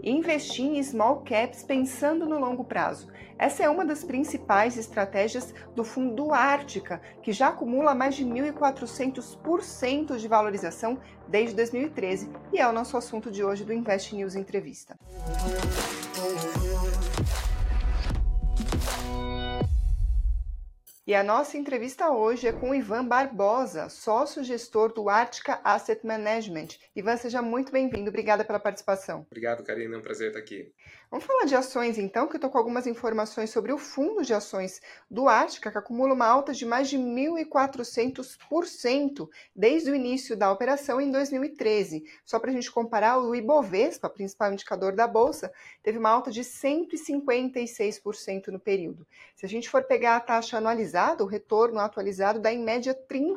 e investir em small caps pensando no longo prazo. Essa é uma das principais estratégias do Fundo Ártica, que já acumula mais de 1.400% de valorização desde 2013 e é o nosso assunto de hoje do Invest News Entrevista. E a nossa entrevista hoje é com o Ivan Barbosa, sócio-gestor do Ártica Asset Management. Ivan, seja muito bem-vindo. Obrigada pela participação. Obrigado, Karina. É um prazer estar aqui. Vamos falar de ações, então, que eu estou com algumas informações sobre o fundo de ações do Ártica, que acumula uma alta de mais de 1.400% desde o início da operação em 2013. Só para a gente comparar, o Ibovespa, principal indicador da Bolsa, teve uma alta de 156% no período. Se a gente for pegar a taxa anualizada, o retorno atualizado dá em média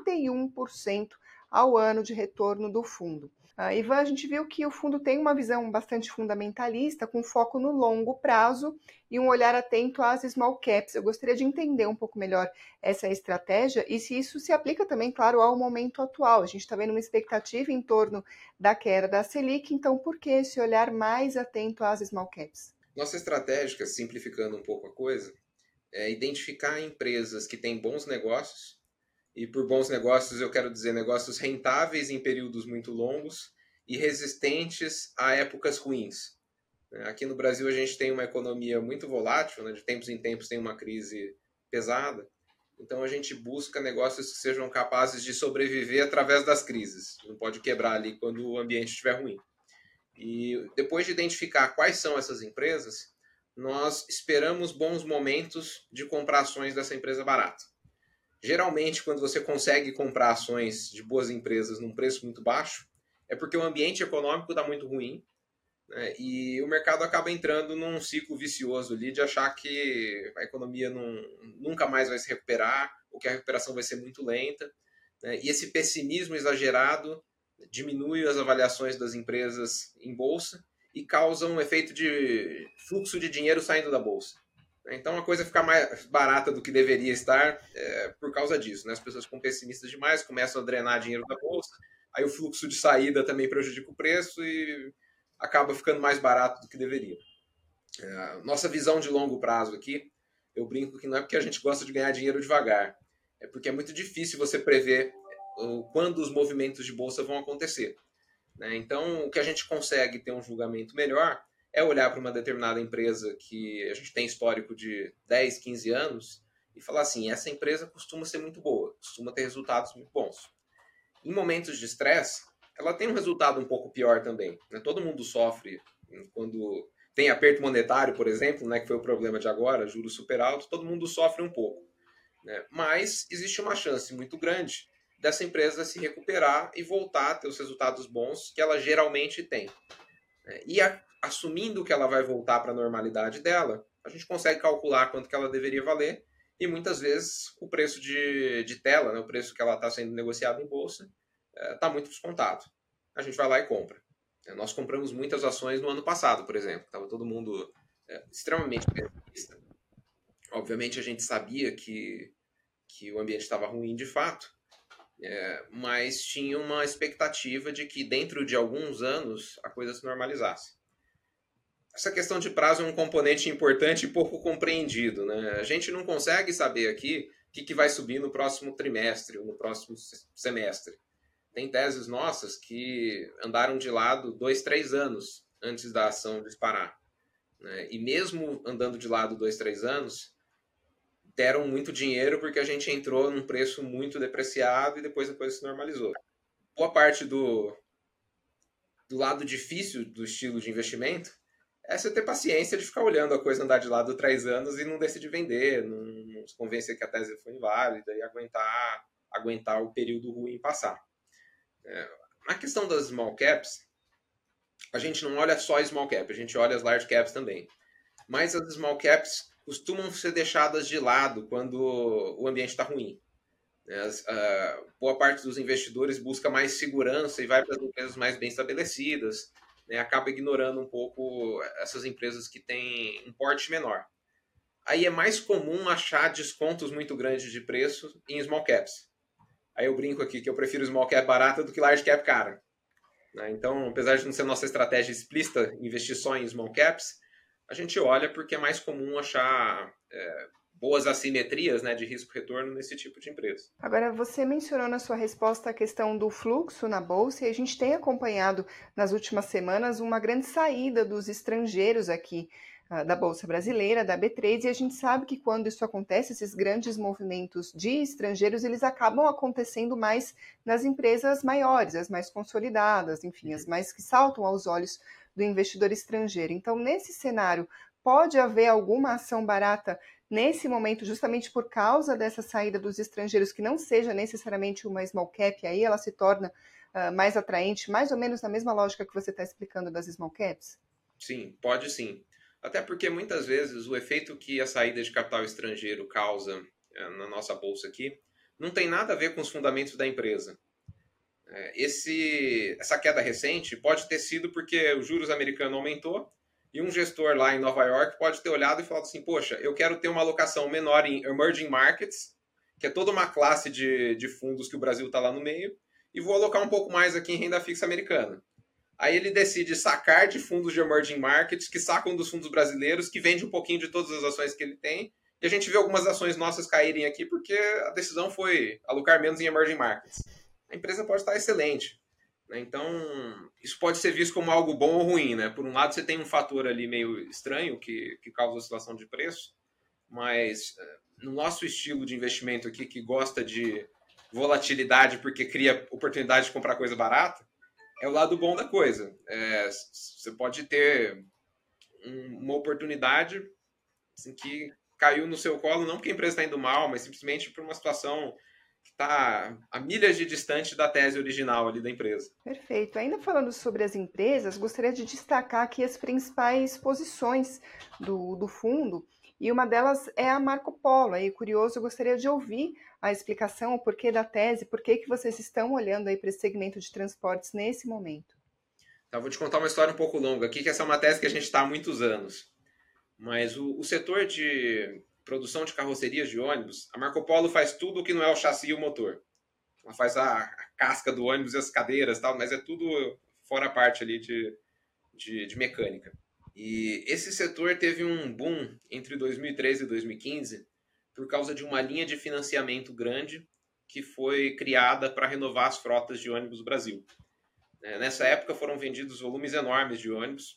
31% ao ano de retorno do fundo. Ivan, a gente viu que o fundo tem uma visão bastante fundamentalista, com foco no longo prazo e um olhar atento às small caps. Eu gostaria de entender um pouco melhor essa estratégia e se isso se aplica também, claro, ao momento atual. A gente está vendo uma expectativa em torno da queda da Selic, então por que esse olhar mais atento às small caps? Nossa estratégia, simplificando um pouco a coisa, é identificar empresas que têm bons negócios. E por bons negócios eu quero dizer negócios rentáveis em períodos muito longos e resistentes a épocas ruins. Aqui no Brasil a gente tem uma economia muito volátil, né? De tempos em tempos tem uma crise pesada. Então a gente busca negócios que sejam capazes de sobreviver através das crises. Não pode quebrar ali quando o ambiente estiver ruim. E depois de identificar quais são essas empresas, nós esperamos bons momentos de comprar ações dessa empresa barata. Geralmente, quando você consegue comprar ações de boas empresas num preço muito baixo, é porque o ambiente econômico está muito ruim, né? E o mercado acaba entrando num ciclo vicioso ali de achar que a economia nunca mais vai se recuperar, ou que a recuperação vai ser muito lenta, né? E esse pessimismo exagerado diminui as avaliações das empresas em bolsa e causa um efeito de fluxo de dinheiro saindo da bolsa. Então a coisa fica mais barata do que deveria estar por causa disso. Né? As pessoas ficam pessimistas demais, começam a drenar dinheiro da bolsa, aí o fluxo de saída também prejudica o preço e acaba ficando mais barato do que deveria. Nossa visão de longo prazo aqui, eu brinco que não é porque a gente gosta de ganhar dinheiro devagar, é porque é muito difícil você prever quando os movimentos de bolsa vão acontecer. Né? Então, o que a gente consegue ter um julgamento melhor é olhar para uma determinada empresa que a gente tem histórico de 10, 15 anos e falar assim, essa empresa costuma ser muito boa, costuma ter resultados muito bons. Em momentos de estresse, ela tem um resultado um pouco pior também. Né? Todo mundo sofre quando tem aperto monetário, por exemplo, né, que foi o problema de agora, juros super altos, todo mundo sofre um pouco. Né? Mas existe uma chance muito grande dessa empresa se recuperar e voltar a ter os resultados bons que ela geralmente tem. E assumindo que ela vai voltar para a normalidade dela, a gente consegue calcular quanto que ela deveria valer e muitas vezes o preço de tela, né, o preço que ela está sendo negociada em bolsa, está muito descontado. A gente vai lá e compra. Nós compramos muitas ações no ano passado, por exemplo. Estava todo mundo extremamente pessimista. Obviamente a gente sabia que o ambiente estava ruim de fato, mas tinha uma expectativa de que dentro de alguns anos a coisa se normalizasse. Essa questão de prazo é um componente importante e pouco compreendido. Né? A gente não consegue saber aqui o que vai subir no próximo trimestre ou no próximo semestre. Tem teses nossas que andaram de lado 2, 3 anos antes da ação disparar. Né? E mesmo andando de lado 2, 3 anos, deram muito dinheiro porque a gente entrou num preço muito depreciado e depois a coisa se normalizou. Boa parte do lado difícil do estilo de investimento é você ter paciência de ficar olhando a coisa andar de lado 3 anos e não decidir vender, não se convencer que a tese foi inválida e aguentar o período ruim passar. Na questão das small caps, a gente não olha só small cap, a gente olha as large caps também. Mas as small caps costumam ser deixadas de lado quando o ambiente está ruim. Boa parte dos investidores busca mais segurança e vai para as empresas mais bem estabelecidas, né, acaba ignorando um pouco essas empresas que têm um porte menor. Aí é mais comum achar descontos muito grandes de preço em small caps. Aí eu brinco aqui que eu prefiro small cap barata do que large cap cara. né? Então, apesar de não ser nossa estratégia explícita investir só em small caps, a gente olha porque é mais comum achar boas assimetrias, né, de risco-retorno nesse tipo de empresa. Agora, você mencionou na sua resposta a questão do fluxo na bolsa e a gente tem acompanhado nas últimas semanas uma grande saída dos estrangeiros aqui da Bolsa Brasileira, da B3, e a gente sabe que quando isso acontece, esses grandes movimentos de estrangeiros, eles acabam acontecendo mais nas empresas maiores, as mais consolidadas, enfim, as mais que saltam aos olhos do investidor estrangeiro. Então, nesse cenário, pode haver alguma ação barata nesse momento, justamente por causa dessa saída dos estrangeiros, que não seja necessariamente uma small cap, aí ela se torna mais atraente, mais ou menos na mesma lógica que você está explicando das small caps? Sim, pode sim. Até porque muitas vezes o efeito que a saída de capital estrangeiro causa na nossa bolsa aqui não tem nada a ver com os fundamentos da empresa. Essa queda recente pode ter sido porque o juros americano aumentou e um gestor lá em Nova York pode ter olhado e falado assim, poxa, eu quero ter uma alocação menor em emerging markets, que é toda uma classe de fundos que o Brasil está lá no meio, e vou alocar um pouco mais aqui em renda fixa americana. Aí ele decide sacar de fundos de emerging markets, que sacam dos fundos brasileiros, que vende um pouquinho de todas as ações que ele tem, e a gente vê algumas ações nossas caírem aqui porque a decisão foi alocar menos em emerging markets. A empresa pode estar excelente, né? Então, isso pode ser visto como algo bom ou ruim, né? Por um lado, você tem um fator ali meio estranho que causa oscilação de preço, mas no nosso estilo de investimento aqui, que gosta de volatilidade porque cria oportunidade de comprar coisa barata, é o lado bom da coisa. Você pode ter uma oportunidade assim, que caiu no seu colo, não porque a empresa está indo mal, mas simplesmente por uma situação que está a milhas de distante da tese original ali da empresa. Perfeito. Ainda falando sobre as empresas, gostaria de destacar aqui as principais posições do fundo, e uma delas é a Marco Polo. Aí, curioso, eu gostaria de ouvir a explicação, o porquê da tese, por que vocês estão olhando aí para esse segmento de transportes nesse momento. Então, vou te contar uma história um pouco longa aqui, que essa é uma tese que a gente está há muitos anos. Mas o setor de produção de carrocerias de ônibus, a Marco Polo faz tudo o que não é o chassi e o motor. Ela faz a casca do ônibus e as cadeiras, tal, mas é tudo fora a parte ali de mecânica. E esse setor teve um boom entre 2013 e 2015 por causa de uma linha de financiamento grande que foi criada para renovar as frotas de ônibus do Brasil. Nessa época foram vendidos volumes enormes de ônibus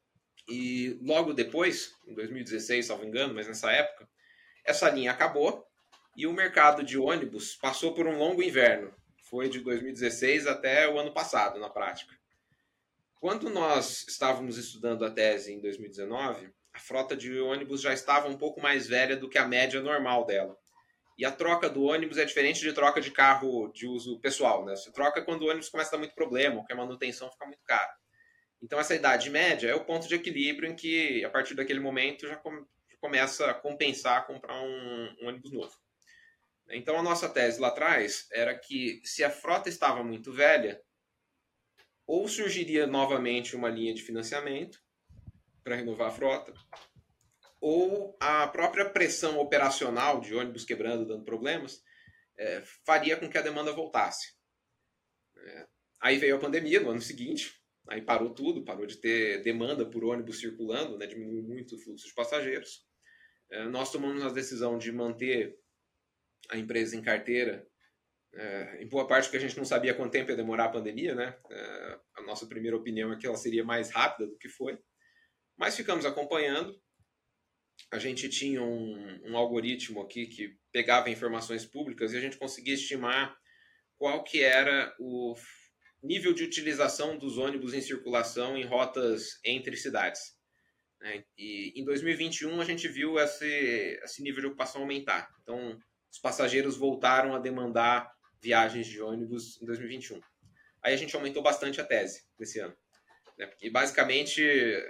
e logo depois, em 2016, salvo engano, mas nessa época, essa linha acabou e o mercado de ônibus passou por um longo inverno. Foi de 2016 até o ano passado, na prática. Quando nós estávamos estudando a tese em 2019, a frota de ônibus já estava um pouco mais velha do que a média normal dela. E a troca do ônibus é diferente de troca de carro de uso pessoal, né? Você troca quando o ônibus começa a dar muito problema, ou que a manutenção fica muito cara. Então, essa idade média é o ponto de equilíbrio em que, a partir daquele momento, já começa a compensar comprar um ônibus novo. Então, a nossa tese lá atrás era que, se a frota estava muito velha, ou surgiria novamente uma linha de financiamento para renovar a frota, ou a própria pressão operacional de ônibus quebrando, dando problemas, faria com que a demanda voltasse. Aí veio a pandemia no ano seguinte, aí parou tudo, parou de ter demanda por ônibus circulando, né, diminuiu muito o fluxo de passageiros. Nós tomamos a decisão de manter a empresa em carteira, em boa parte porque a gente não sabia quanto tempo ia demorar a pandemia, né? A nossa primeira opinião é que ela seria mais rápida do que foi, mas ficamos acompanhando. A gente tinha um algoritmo aqui que pegava informações públicas e a gente conseguia estimar qual que era o nível de utilização dos ônibus em circulação em rotas entre cidades. E em 2021 a gente viu esse nível de ocupação aumentar. Então, os passageiros voltaram a demandar viagens de ônibus em 2021. Aí a gente aumentou bastante a tese desse ano. Porque basicamente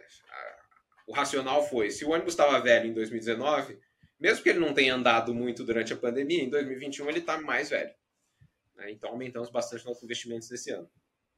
o racional foi, se o ônibus estava velho em 2019, mesmo que ele não tenha andado muito durante a pandemia, em 2021 ele está mais velho. Então aumentamos bastante nossos investimentos desse ano.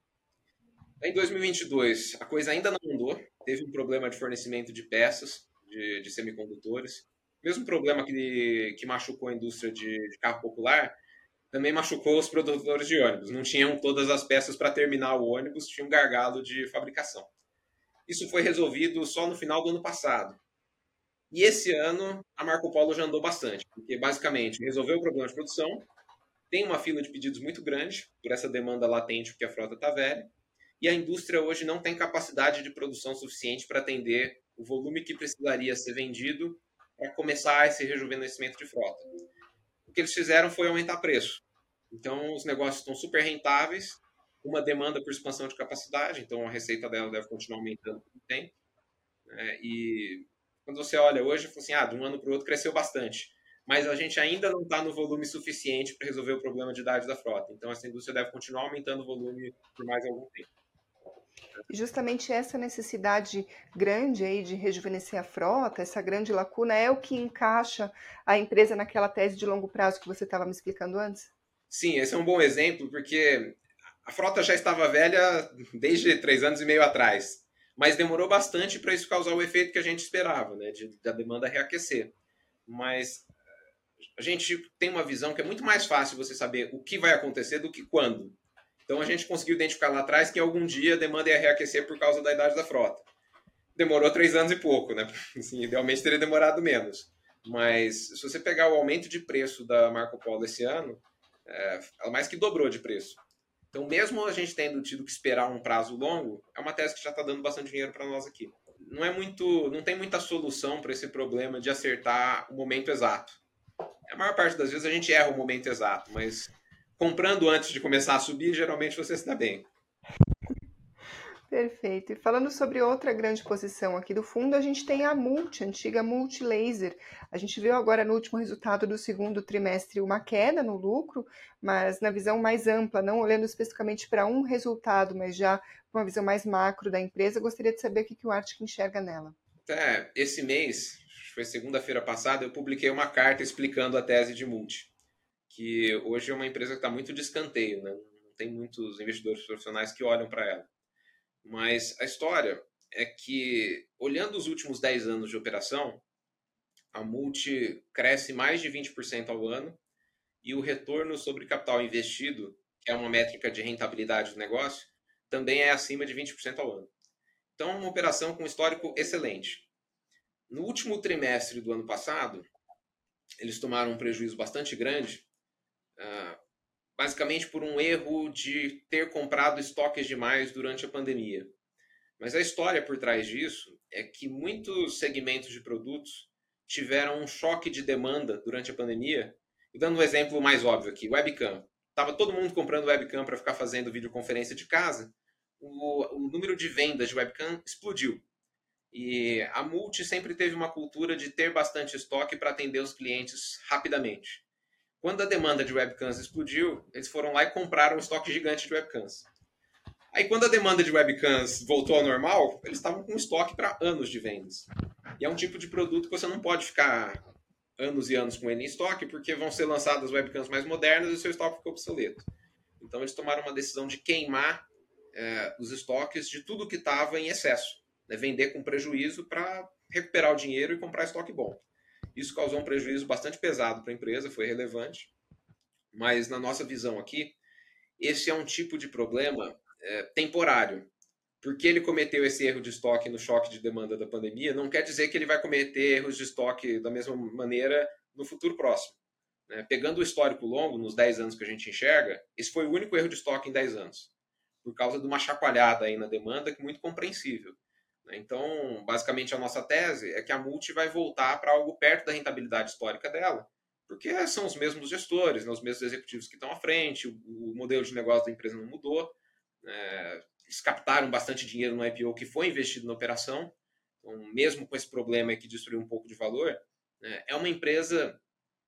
Em 2022, a coisa ainda não andou, teve um problema de fornecimento de peças, de semicondutores, mesmo problema que machucou a indústria de carro popular, também machucou os produtores de ônibus. Não tinham todas as peças para terminar o ônibus, tinha um gargalo de fabricação. Isso foi resolvido só no final do ano passado. E esse ano a Marco Polo já andou bastante, porque basicamente resolveu o problema de produção, tem uma fila de pedidos muito grande por essa demanda latente, porque a frota está velha, e a indústria hoje não tem capacidade de produção suficiente para atender o volume que precisaria ser vendido para começar esse rejuvenescimento de frota. O que eles fizeram foi aumentar preço. Então, os negócios estão super rentáveis, uma demanda por expansão de capacidade, então a receita dela deve continuar aumentando com o tempo. Né? E quando você olha hoje, fala assim, de um ano para o outro cresceu bastante. Mas a gente ainda não está no volume suficiente para resolver o problema de idade da frota. Então, essa indústria deve continuar aumentando o volume por mais algum tempo. E justamente essa necessidade grande aí de rejuvenescer a frota, essa grande lacuna, é o que encaixa a empresa naquela tese de longo prazo que você estava me explicando antes? Sim, esse é um bom exemplo, porque a frota já estava velha desde 3 anos e meio atrás, mas demorou bastante para isso causar o efeito que a gente esperava, né, da demanda reaquecer. Mas a gente tem uma visão que é muito mais fácil você saber o que vai acontecer do que quando. Então a gente conseguiu identificar lá atrás que algum dia a demanda ia reaquecer por causa da idade da frota. Demorou 3 anos e pouco, né? Assim, idealmente teria demorado menos. Mas se você pegar o aumento de preço da Marco Polo esse ano, ela mais que dobrou de preço. Então, mesmo a gente tendo tido que esperar um prazo longo, é uma tese que já está dando bastante dinheiro para nós aqui. Não tem muita solução para esse problema de acertar o momento exato. A maior parte das vezes a gente erra o momento exato, mas comprando antes de começar a subir, geralmente você se dá bem. Perfeito. E falando sobre outra grande posição aqui do fundo, a gente tem a Multi, a antiga Multilaser. A gente viu agora no último resultado do segundo trimestre uma queda no lucro, mas na visão mais ampla, não olhando especificamente para um resultado, mas já uma visão mais macro da empresa, gostaria de saber o que o Arctic enxerga nela. Até esse mês, foi segunda-feira passada, eu publiquei uma carta explicando a tese de Multi, que hoje é uma empresa que está muito de escanteio, né? Não tem muitos investidores profissionais que olham para ela. Mas a história é que, olhando os últimos 10 anos de operação, a Multi cresce mais de 20% ao ano e o retorno sobre capital investido, que é uma métrica de rentabilidade do negócio, também é acima de 20% ao ano. Então, é uma operação com histórico excelente. No último trimestre do ano passado, eles tomaram um prejuízo bastante grande, basicamente por um erro de ter comprado estoques demais durante a pandemia. Mas a história por trás disso é que muitos segmentos de produtos tiveram um choque de demanda durante a pandemia. E dando um exemplo mais óbvio aqui, webcam. Estava todo mundo comprando webcam para ficar fazendo videoconferência de casa. O número de vendas de webcam explodiu. E a Multi sempre teve uma cultura de ter bastante estoque para atender os clientes rapidamente. Quando a demanda de webcams explodiu, eles foram lá e compraram um estoque gigante de webcams. Aí, quando a demanda de webcams voltou ao normal, eles estavam com estoque para anos de vendas. E é um tipo de produto que você não pode ficar anos e anos com ele em estoque, porque vão ser lançadas webcams mais modernas e o seu estoque ficou obsoleto. Então, eles tomaram uma decisão de queimar os estoques de tudo que estava em excesso, né? Vender com prejuízo para recuperar o dinheiro e comprar estoque bom. Isso causou um prejuízo bastante pesado para a empresa, foi relevante, mas na nossa visão aqui, esse é um tipo de problema temporário. Porque ele cometeu esse erro de estoque no choque de demanda da pandemia, não quer dizer que ele vai cometer erros de estoque da mesma maneira no futuro próximo. Né? Pegando o histórico longo, nos 10 anos que a gente enxerga, esse foi o único erro de estoque em 10 anos, por causa de uma chacoalhada aí na demanda que é muito compreensível. Então, basicamente, a nossa tese é que a Multi vai voltar para algo perto da rentabilidade histórica dela, porque são os mesmos gestores, né, os mesmos executivos que estão à frente, o modelo de negócio da empresa não mudou, eles captaram bastante dinheiro no IPO que foi investido na operação, então, mesmo com esse problema que destruiu um pouco de valor, né, é uma empresa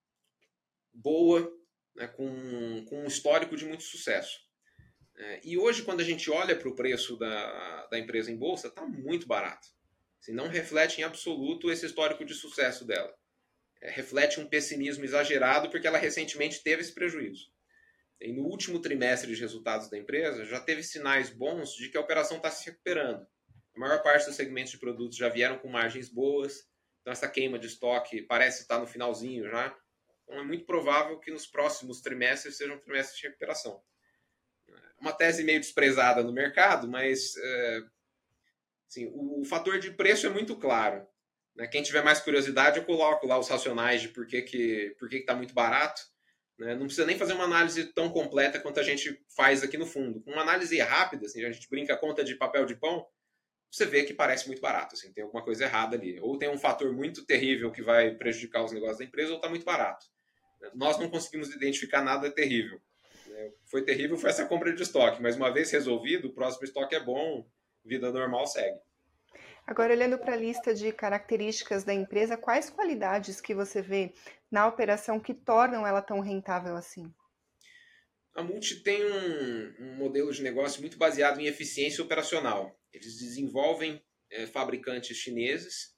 boa, né, com um histórico de muito sucesso. E hoje, quando a gente olha para o preço da empresa em bolsa, está muito barato. Assim, não reflete em absoluto esse histórico de sucesso dela. Reflete um pessimismo exagerado porque ela recentemente teve esse prejuízo. E no último trimestre de resultados da empresa, já teve sinais bons de que a operação está se recuperando. A maior parte dos segmentos de produtos já vieram com margens boas, então essa queima de estoque parece estar no finalzinho já. Então é muito provável que nos próximos trimestres sejam trimestres de recuperação. Uma tese meio desprezada no mercado, mas assim, o fator de preço é muito claro. Né? Quem tiver mais curiosidade, eu coloco lá os racionais de por que está muito barato. Né? Não precisa nem fazer uma análise tão completa quanto a gente faz aqui no fundo. Com uma análise rápida, assim, a gente brinca a conta de papel de pão, você vê que parece muito barato. Assim, tem alguma coisa errada ali. Ou tem um fator muito terrível que vai prejudicar os negócios da empresa, ou está muito barato. Nós não conseguimos identificar nada terrível. Foi terrível, foi essa compra de estoque, mas uma vez resolvido, o próximo estoque é bom, vida normal segue. Agora, olhando para a lista de características da empresa, quais qualidades que você vê na operação que tornam ela tão rentável assim? A Multi tem um modelo de negócio muito baseado em eficiência operacional. Eles desenvolvem fabricantes chineses,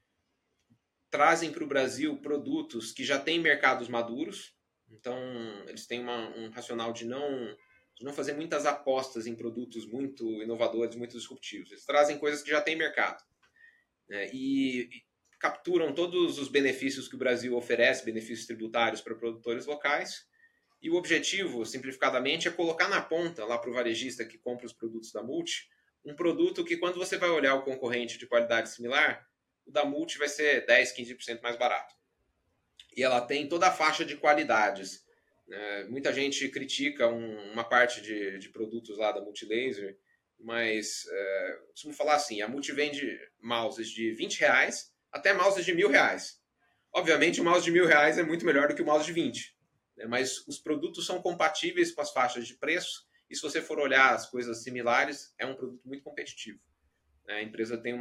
trazem para o Brasil produtos que já têm mercados maduros, então eles têm um racional de não fazer muitas apostas em produtos muito inovadores, muito disruptivos. Eles trazem coisas que já têm mercado. Né? E capturam todos os benefícios que o Brasil oferece, benefícios tributários para produtores locais. E o objetivo, simplificadamente, é colocar na ponta, lá para o varejista que compra os produtos da Multi, um produto que, quando você vai olhar o concorrente de qualidade similar, o da Multi vai ser 10%, 15% mais barato. E ela tem toda a faixa de qualidades. Muita gente critica uma parte de produtos lá da Multilaser, mas costumo falar assim, a Multi vende mouses de R$20 até mouses de R$1.000. Obviamente, o mouse de R$1.000 é muito melhor do que o mouse de 20, né? Mas os produtos são compatíveis com as faixas de preço, e se você for olhar as coisas similares, é um produto muito competitivo. A empresa tem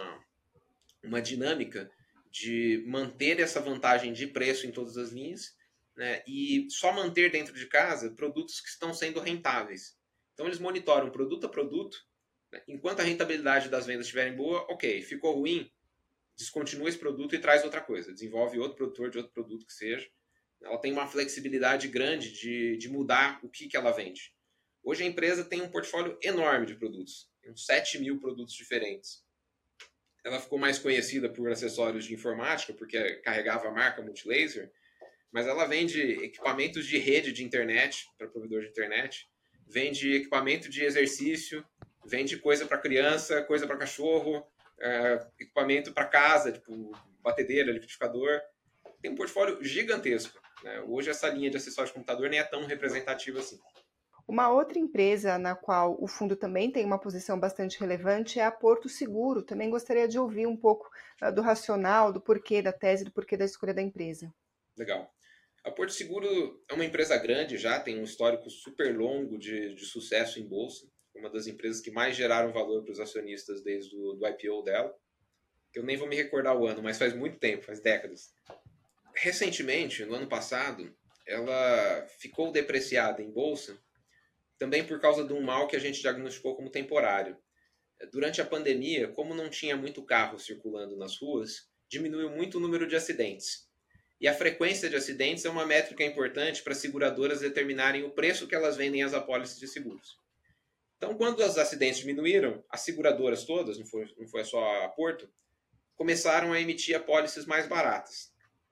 uma dinâmica de manter essa vantagem de preço em todas as linhas, né, e só manter dentro de casa produtos que estão sendo rentáveis. Então eles monitoram produto a produto, né, enquanto a rentabilidade das vendas estiverem boa, ok, ficou ruim, descontinua esse produto e traz outra coisa, desenvolve outro produtor de outro produto que seja. Ela tem uma flexibilidade grande de mudar o que ela vende. Hoje a empresa tem um portfólio enorme de produtos, tem uns 7.000 produtos diferentes. Ela ficou mais conhecida por acessórios de informática, porque carregava a marca Multilaser, mas ela vende equipamentos de rede de internet, para provedor de internet, vende equipamento de exercício, vende coisa para criança, coisa para cachorro, equipamento para casa, tipo batedeira, liquidificador. Tem um portfólio gigantesco. Né? Hoje essa linha de acessórios de computador nem é tão representativa assim. Uma outra empresa na qual o fundo também tem uma posição bastante relevante é a Porto Seguro. Também gostaria de ouvir um pouco do racional, do porquê da tese, do porquê da escolha da empresa. Legal. A Porto Seguro é uma empresa grande já, tem um histórico super longo de sucesso em bolsa. Uma das empresas que mais geraram valor para os acionistas desde o IPO dela. Que eu nem vou me recordar o ano, mas faz muito tempo, faz décadas. Recentemente, no ano passado, ela ficou depreciada em bolsa também por causa de um mal que a gente diagnosticou como temporário. Durante a pandemia, como não tinha muito carro circulando nas ruas, diminuiu muito o número de acidentes. E a frequência de acidentes é uma métrica importante para as seguradoras determinarem o preço que elas vendem as apólices de seguros. Então, quando os acidentes diminuíram, as seguradoras todas, não foi só a Porto, começaram a emitir apólices mais baratas.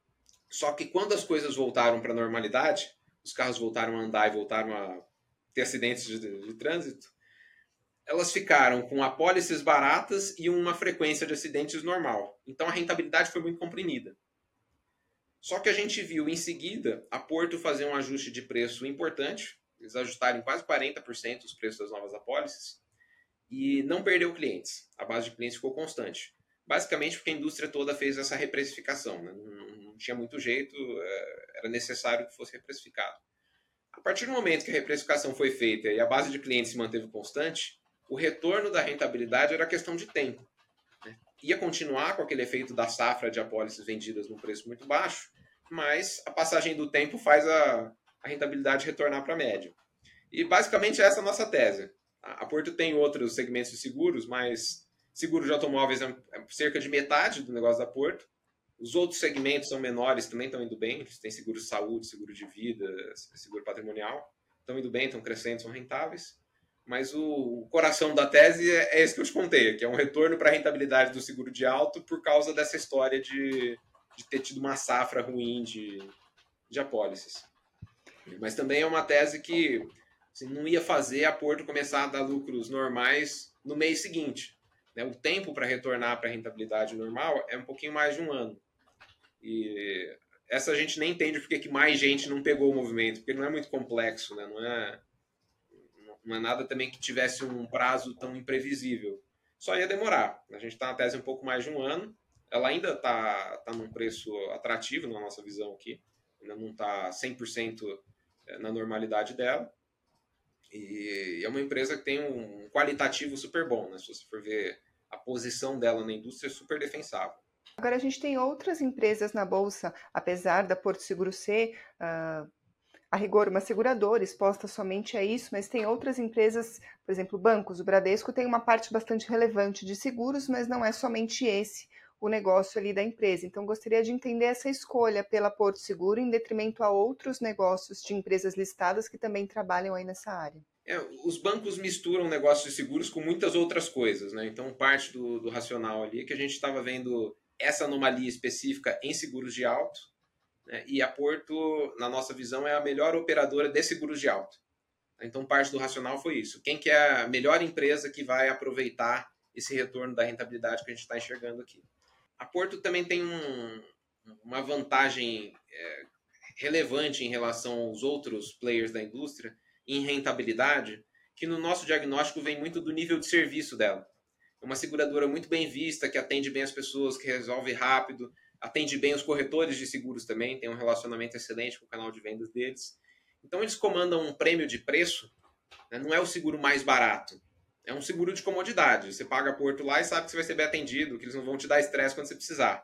Só que quando as coisas voltaram para a normalidade, os carros voltaram a andar e voltaram a ter acidentes de trânsito, elas ficaram com apólices baratas e uma frequência de acidentes normal. Então a rentabilidade foi muito comprimida. Só que a gente viu em seguida a Porto fazer um ajuste de preço importante, eles ajustaram quase 40% os preços das novas apólices, e não perdeu clientes. A base de clientes ficou constante. Basicamente porque a indústria toda fez essa reprecificação. Né? Não tinha muito jeito, era necessário que fosse reprecificado. A partir do momento que a reprecificação foi feita e a base de clientes se manteve constante, o retorno da rentabilidade era questão de tempo. Né? Ia continuar com aquele efeito da safra de apólices vendidas num preço muito baixo, mas a passagem do tempo faz a rentabilidade retornar para a média. E basicamente essa é a nossa tese. A Porto tem outros segmentos de seguros, mas seguro de automóveis é cerca de metade do negócio da Porto. Os outros segmentos são menores, também estão indo bem. Eles têm seguro de saúde, seguro de vida, seguro patrimonial. Estão indo bem, estão crescendo, são rentáveis. Mas o coração da tese é esse que eu te contei, que é um retorno para a rentabilidade do seguro de auto por causa dessa história de ter tido uma safra ruim de de apólices. Mas também é uma tese que assim, não ia fazer a Porto começar a dar lucros normais no mês seguinte. Né? O tempo para retornar para a rentabilidade normal é um pouquinho mais de um ano. E essa a gente nem entende porque que mais gente não pegou o movimento, porque não é muito complexo, né? Não é nada também que tivesse um prazo tão imprevisível. Só ia demorar. A gente está na tese um pouco mais de um ano. Ela ainda está num preço atrativo, na nossa visão aqui. Ainda não está 100% na normalidade dela. E é uma empresa que tem um qualitativo super bom, né? Se você for ver a posição dela na indústria, é super defensável. Agora, a gente tem outras empresas na Bolsa, apesar da Porto Seguro ser, a rigor, uma seguradora exposta somente a isso, mas tem outras empresas, por exemplo, bancos. O Bradesco tem uma parte bastante relevante de seguros, mas não é somente esse o negócio ali da empresa. Então, gostaria de entender essa escolha pela Porto Seguro em detrimento a outros negócios de empresas listadas que também trabalham aí nessa área. Os bancos misturam negócios de seguros com muitas outras coisas, né? Então, parte do racional ali é que a gente estava vendo essa anomalia específica em seguros de alto, né? E a Porto, na nossa visão, é a melhor operadora de seguros de alto. Então, parte do racional foi isso. Quem que é a melhor empresa que vai aproveitar esse retorno da rentabilidade que a gente está enxergando aqui? A Porto também tem uma vantagem relevante em relação aos outros players da indústria em rentabilidade, que no nosso diagnóstico vem muito do nível de serviço dela. É uma seguradora muito bem vista, que atende bem as pessoas, que resolve rápido, atende bem os corretores de seguros também, tem um relacionamento excelente com o canal de vendas deles. Então eles comandam um prêmio de preço, né? Não é o seguro mais barato, é um seguro de comodidade. Você paga a Porto lá e sabe que você vai ser bem atendido, que eles não vão te dar estresse quando você precisar.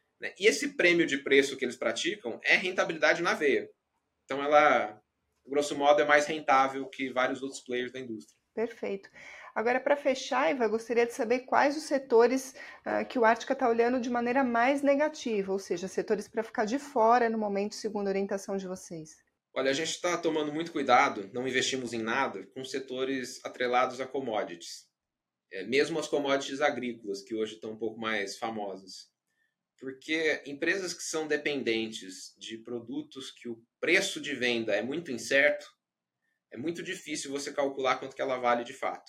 E esse prêmio de preço que eles praticam é rentabilidade na veia. Então ela, grosso modo, é mais rentável que vários outros players da indústria. Perfeito. Agora, para fechar, Iva, eu gostaria de saber quais os setores que o Ártica está olhando de maneira mais negativa, ou seja, setores para ficar de fora no momento, segundo a orientação de vocês. Olha, a gente está tomando muito cuidado, não investimos em nada, com setores atrelados a commodities. Mesmo as commodities agrícolas, que hoje estão um pouco mais famosas. Porque empresas que são dependentes de produtos que o preço de venda é muito incerto, é muito difícil você calcular quanto que ela vale de fato.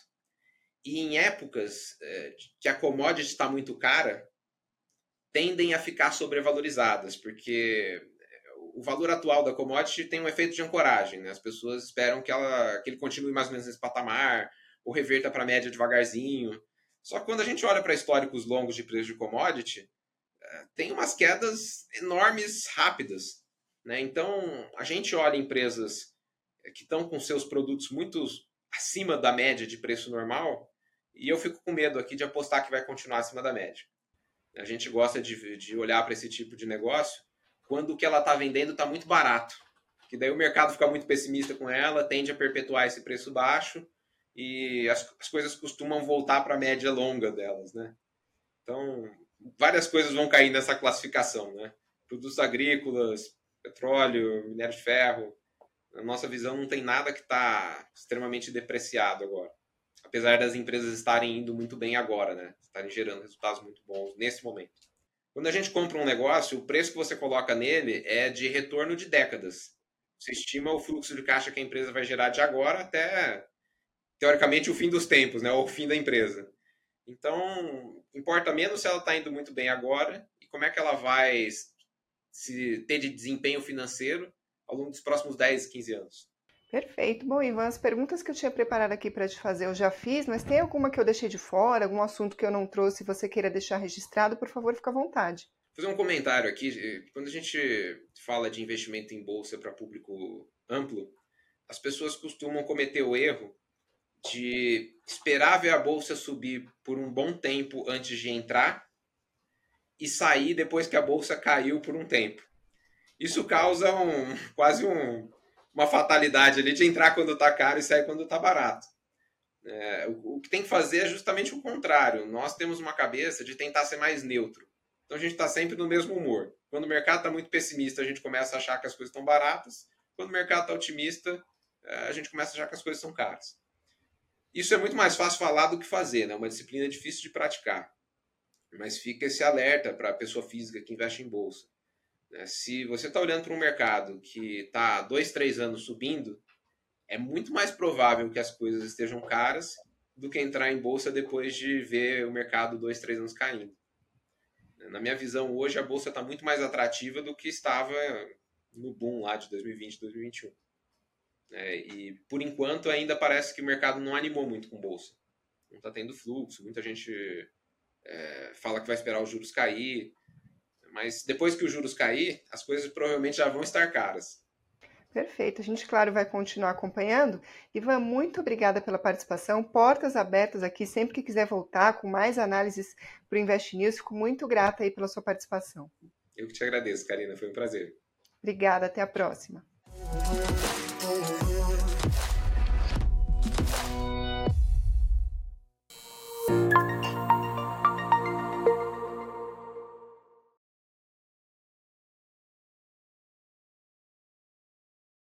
E em épocas que a commodity está muito cara, tendem a ficar sobrevalorizadas, porque o valor atual da commodity tem um efeito de ancoragem. Né? As pessoas esperam que ele continue mais ou menos nesse patamar, ou reverta para a média devagarzinho. Só que quando a gente olha para históricos longos de preço de commodity, tem umas quedas enormes, rápidas. Né? Então, a gente olha empresas que estão com seus produtos muito acima da média de preço normal, e eu fico com medo aqui de apostar que vai continuar acima da média. A gente gosta de olhar para esse tipo de negócio quando o que ela está vendendo está muito barato. Que daí o mercado fica muito pessimista com ela, tende a perpetuar esse preço baixo e as coisas costumam voltar para a média longa delas. Né? Então, várias coisas vão cair nessa classificação. Né? Produtos agrícolas, petróleo, minério de ferro. Na nossa visão, não tem nada que está extremamente depreciado agora. Apesar das empresas estarem indo muito bem agora, né? Estarem gerando resultados muito bons nesse momento. Quando a gente compra um negócio, o preço que você coloca nele é de retorno de décadas. Você estima o fluxo de caixa que a empresa vai gerar de agora até, teoricamente, o fim dos tempos, né? Ou o fim da empresa. Então, importa menos se ela está indo muito bem agora e como é que ela vai ter de desempenho financeiro ao longo dos próximos 10, 15 anos. Perfeito. Bom, Ivan, as perguntas que eu tinha preparado aqui para te fazer eu já fiz, mas tem alguma que eu deixei de fora, algum assunto que eu não trouxe e você queira deixar registrado, por favor, fica à vontade. Vou fazer um comentário aqui. Quando a gente fala de investimento em bolsa para público amplo, as pessoas costumam cometer o erro de esperar ver a bolsa subir por um bom tempo antes de entrar e sair depois que a bolsa caiu por um tempo. Isso causa quase uma fatalidade ali de entrar quando está caro e sair quando está barato. O que tem que fazer é justamente o contrário. Nós temos uma cabeça de tentar ser mais neutro. Então a gente está sempre no mesmo humor. Quando o mercado está muito pessimista, a gente começa a achar que as coisas estão baratas. Quando o mercado está otimista, a gente começa a achar que as coisas são caras. Isso é muito mais fácil falar do que fazer, né? É uma disciplina difícil de praticar. Mas fica esse alerta para a pessoa física que investe em bolsa. Se você está olhando para um mercado que está 2, 3 anos subindo, é muito mais provável que as coisas estejam caras do que entrar em bolsa depois de ver o mercado 2, 3 anos caindo. Na minha visão, hoje a bolsa está muito mais atrativa do que estava no boom lá de 2020, 2021. E por enquanto ainda parece que o mercado não animou muito com bolsa. Não está tendo fluxo, muita gente fala que vai esperar os juros cair, mas depois que os juros cair, as coisas provavelmente já vão estar caras. Perfeito. A gente, claro, vai continuar acompanhando. Ivan, muito obrigada pela participação. Portas abertas aqui, sempre que quiser voltar com mais análises para o Invest News. Fico muito grata aí pela sua participação. Eu que te agradeço, Karina. Foi um prazer. Obrigada. Até a próxima.